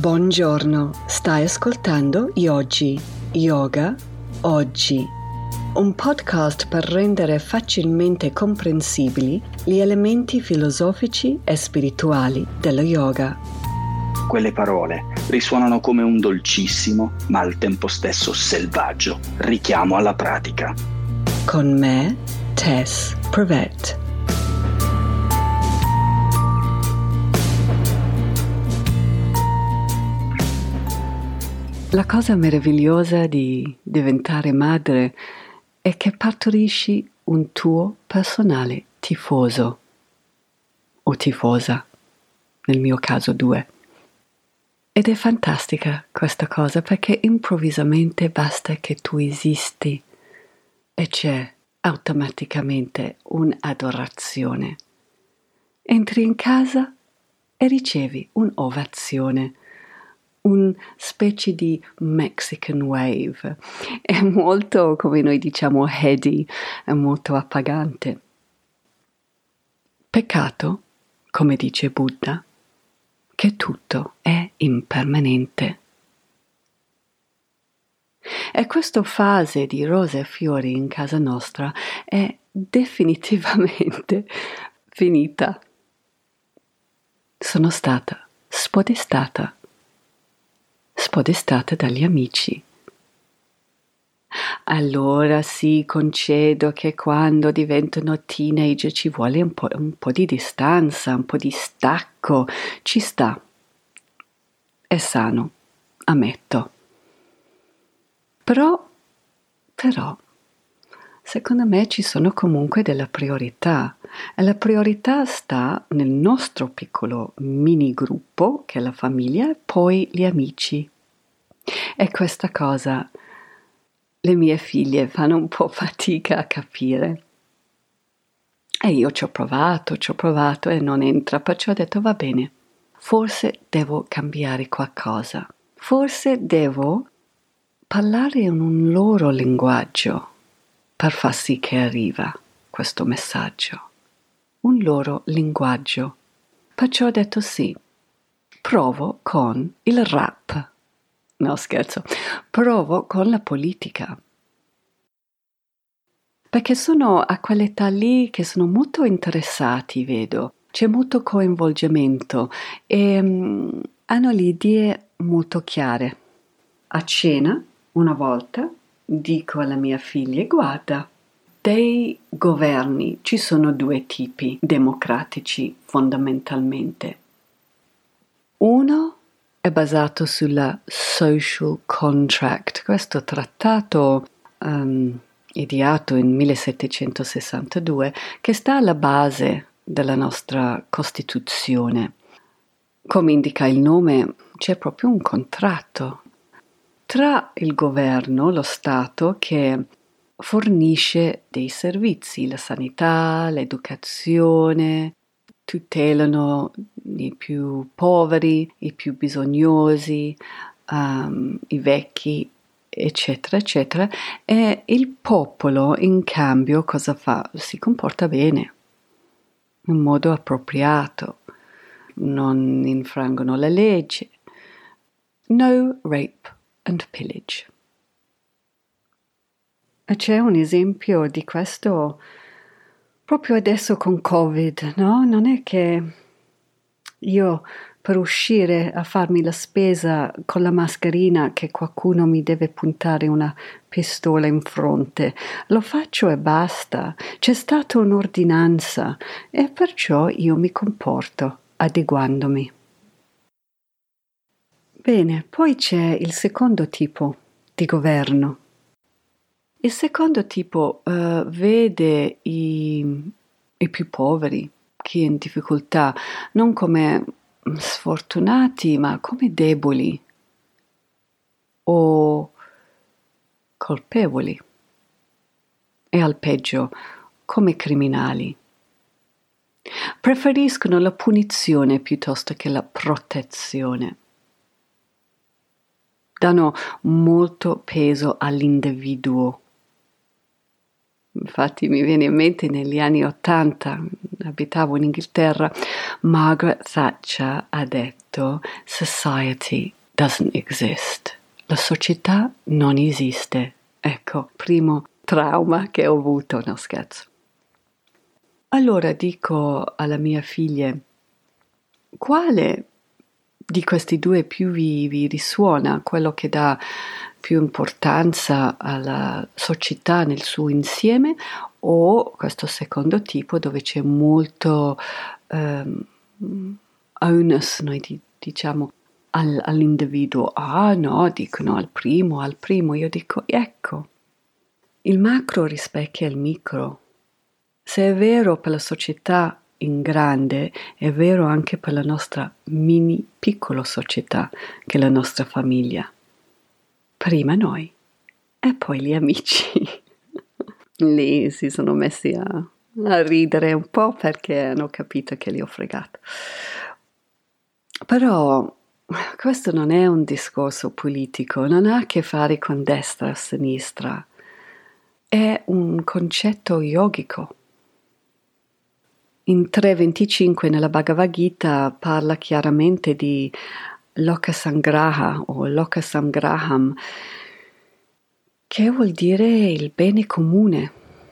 Buongiorno, stai ascoltando Yogi, Yoga Oggi, un podcast per rendere facilmente comprensibili gli elementi filosofici e spirituali dello yoga. Quelle parole risuonano come un dolcissimo, ma al tempo stesso selvaggio, richiamo alla pratica. Con me, Tess Prevet. La cosa meravigliosa di diventare madre è che partorisci un tuo personale tifoso o tifosa, nel mio caso 2. Ed è fantastica questa cosa perché improvvisamente basta che tu esisti e c'è automaticamente un'adorazione. Entri in casa e ricevi un'ovazione. Un specie di Mexican wave, è molto, come noi diciamo, heady, è molto appagante. Peccato, come dice Buddha, che tutto è impermanente. E questa fase di rose e fiori in casa nostra è definitivamente finita. Sono stata spodestata dagli amici. Allora sì, concedo che quando diventano teenager ci vuole un po' di distanza, un po' di stacco, ci sta. È sano, ammetto. Però, secondo me ci sono comunque delle priorità e la priorità sta nel nostro piccolo mini gruppo che è la famiglia e poi gli amici. E questa cosa le mie figlie fanno un po' fatica a capire. E io ci ho provato e non entra, perciò ho detto va bene, forse devo cambiare qualcosa, forse devo parlare in un loro linguaggio per far sì che arriva questo messaggio, un loro linguaggio. Perciò ho detto sì, provo con il rap. No, scherzo, provo con la politica. Perché sono a quell'età lì che sono molto interessati, vedo. C'è molto coinvolgimento e hanno le idee molto chiare. A cena, una volta, dico alla mia figlia, guarda, dei governi ci sono 2 tipi democratici fondamentalmente. Uno è basato sulla social contract, questo trattato ideato in 1762 che sta alla base della nostra Costituzione. Come indica il nome, c'è proprio un contratto tra il governo, lo Stato, che fornisce dei servizi, la sanità, l'educazione, tutelano i più poveri, i più bisognosi, i vecchi, eccetera, eccetera, e il popolo in cambio cosa fa? Si comporta bene, in modo appropriato, non infrangono la legge. No rape and pillage. E c'è un esempio di questo proprio adesso con Covid, no? Non è che io per uscire a farmi la spesa con la mascherina che qualcuno mi deve puntare una pistola in fronte. Lo faccio e basta. C'è stata un'ordinanza e perciò io mi comporto adeguandomi. Bene, poi c'è il secondo tipo di governo. Il secondo tipo vede i più poveri, chi è in difficoltà, non come sfortunati, ma come deboli o colpevoli e al peggio come criminali. Preferiscono la punizione piuttosto che la protezione. Danno molto peso all'individuo. Infatti mi viene in mente negli anni '80, abitavo in Inghilterra, Margaret Thatcher ha detto "Society doesn't exist". La società non esiste. Ecco, primo trauma che ho avuto, no scherzo. Allora dico alla mia figlia, quale di questi due più vi risuona, quello che dà più importanza alla società nel suo insieme o questo secondo tipo dove c'è molto onus, noi diciamo all'individuo. Ah no, dicono al primo, io dico ecco, il macro rispecchia il micro. Se è vero per la società in grande, è vero anche per la nostra mini piccola società, che è la nostra famiglia. Prima noi e poi gli amici. Lì si sono messi a ridere un po' perché hanno capito che li ho fregato. Però questo non è un discorso politico, non ha a che fare con destra o sinistra, è un concetto yogico. In 3.25 nella Bhagavad Gita parla chiaramente di Loka Sangraha o Loka Samgraham, che vuol dire il bene comune.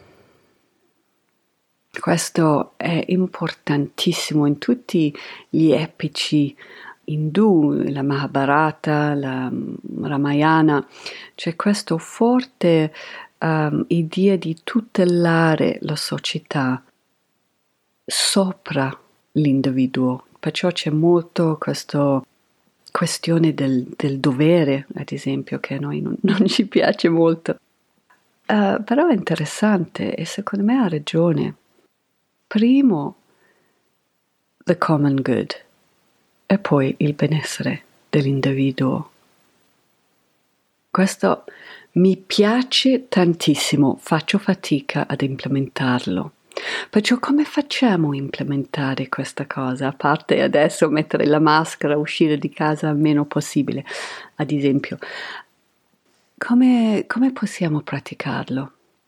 Questo è importantissimo in tutti gli epici indù, la Mahabharata, la Ramayana, c'è questo forte idea di tutelare la società sopra l'individuo, perciò c'è molto questa questione del dovere, ad esempio, che a noi non ci piace molto. Però è interessante e secondo me ha ragione. Primo, the common good e poi il benessere dell'individuo. Questo mi piace tantissimo, faccio fatica ad implementarlo. Perciò come facciamo a implementare questa cosa? A parte adesso mettere la maschera, uscire di casa il meno possibile, ad esempio. Come possiamo praticarlo?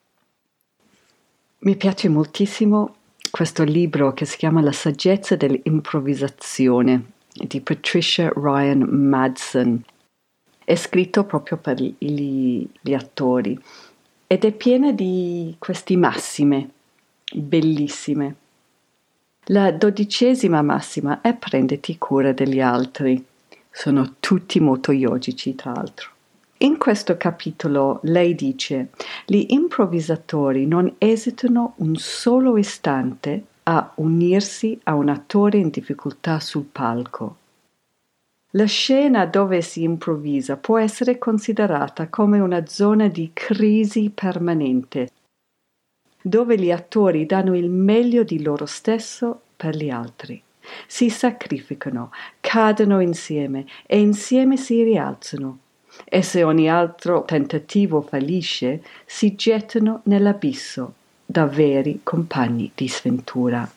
Mi piace moltissimo questo libro che si chiama La saggezza dell'improvvisazione di Patricia Ryan Madsen. È scritto proprio per gli attori ed è piena di queste massime bellissime. La 12ª massima è prenditi cura degli altri. Sono tutti molto yogici, tra l'altro. In questo capitolo lei dice: gli improvvisatori non esitano un solo istante a unirsi a un attore in difficoltà sul palco. La scena dove si improvvisa può essere considerata come una zona di crisi permanente, dove gli attori danno il meglio di loro stesso per gli altri. Si sacrificano, cadono insieme e insieme si rialzano. E se ogni altro tentativo fallisce, si gettano nell'abisso da veri compagni di sventura.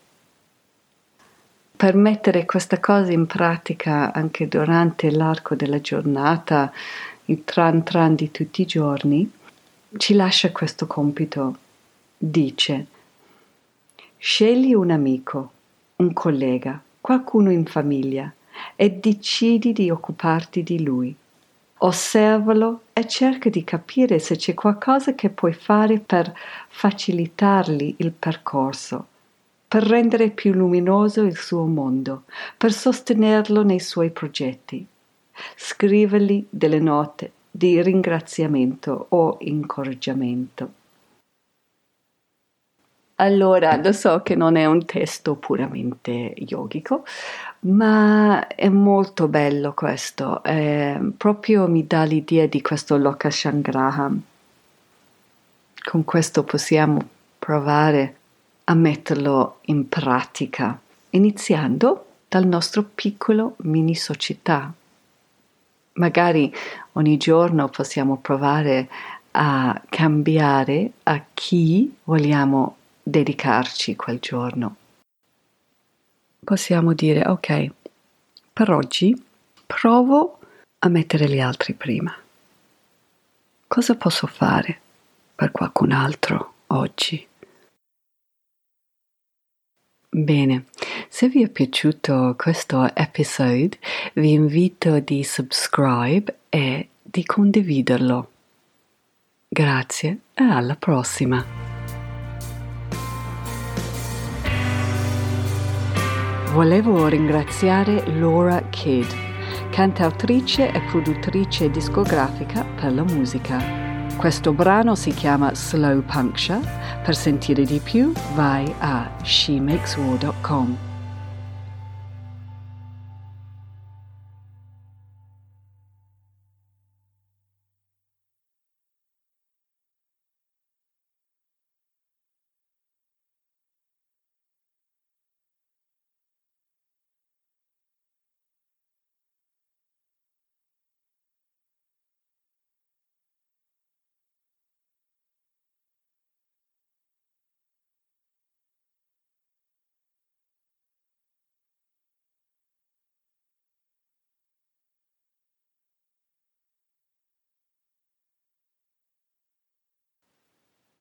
Per mettere questa cosa in pratica anche durante l'arco della giornata, il tran tran di tutti i giorni, ci lascia questo compito. Dice: scegli un amico, un collega, qualcuno in famiglia e decidi di occuparti di lui. Osservalo e cerca di capire se c'è qualcosa che puoi fare per facilitargli il percorso, per rendere più luminoso il suo mondo, per sostenerlo nei suoi progetti. Scrivergli delle note di ringraziamento o incoraggiamento. Allora, lo so che non è un testo puramente yogico, ma è molto bello questo, proprio mi dà l'idea di questo Loka Sangraham. Con questo possiamo provare a metterlo in pratica, iniziando dal nostro piccolo mini società. Magari ogni giorno possiamo provare a cambiare a chi vogliamo dedicarci quel giorno. Possiamo dire: ok, per oggi provo a mettere gli altri prima. Cosa posso fare per qualcun altro oggi? Bene, se vi è piaciuto questo episodio, vi invito di subscribe e di condividerlo. Grazie e alla prossima! Volevo ringraziare Laura Kidd, cantautrice e produttrice discografica per la musica. Questo brano si chiama Slow Puncture. Per sentire di più vai a shemakeswar.com.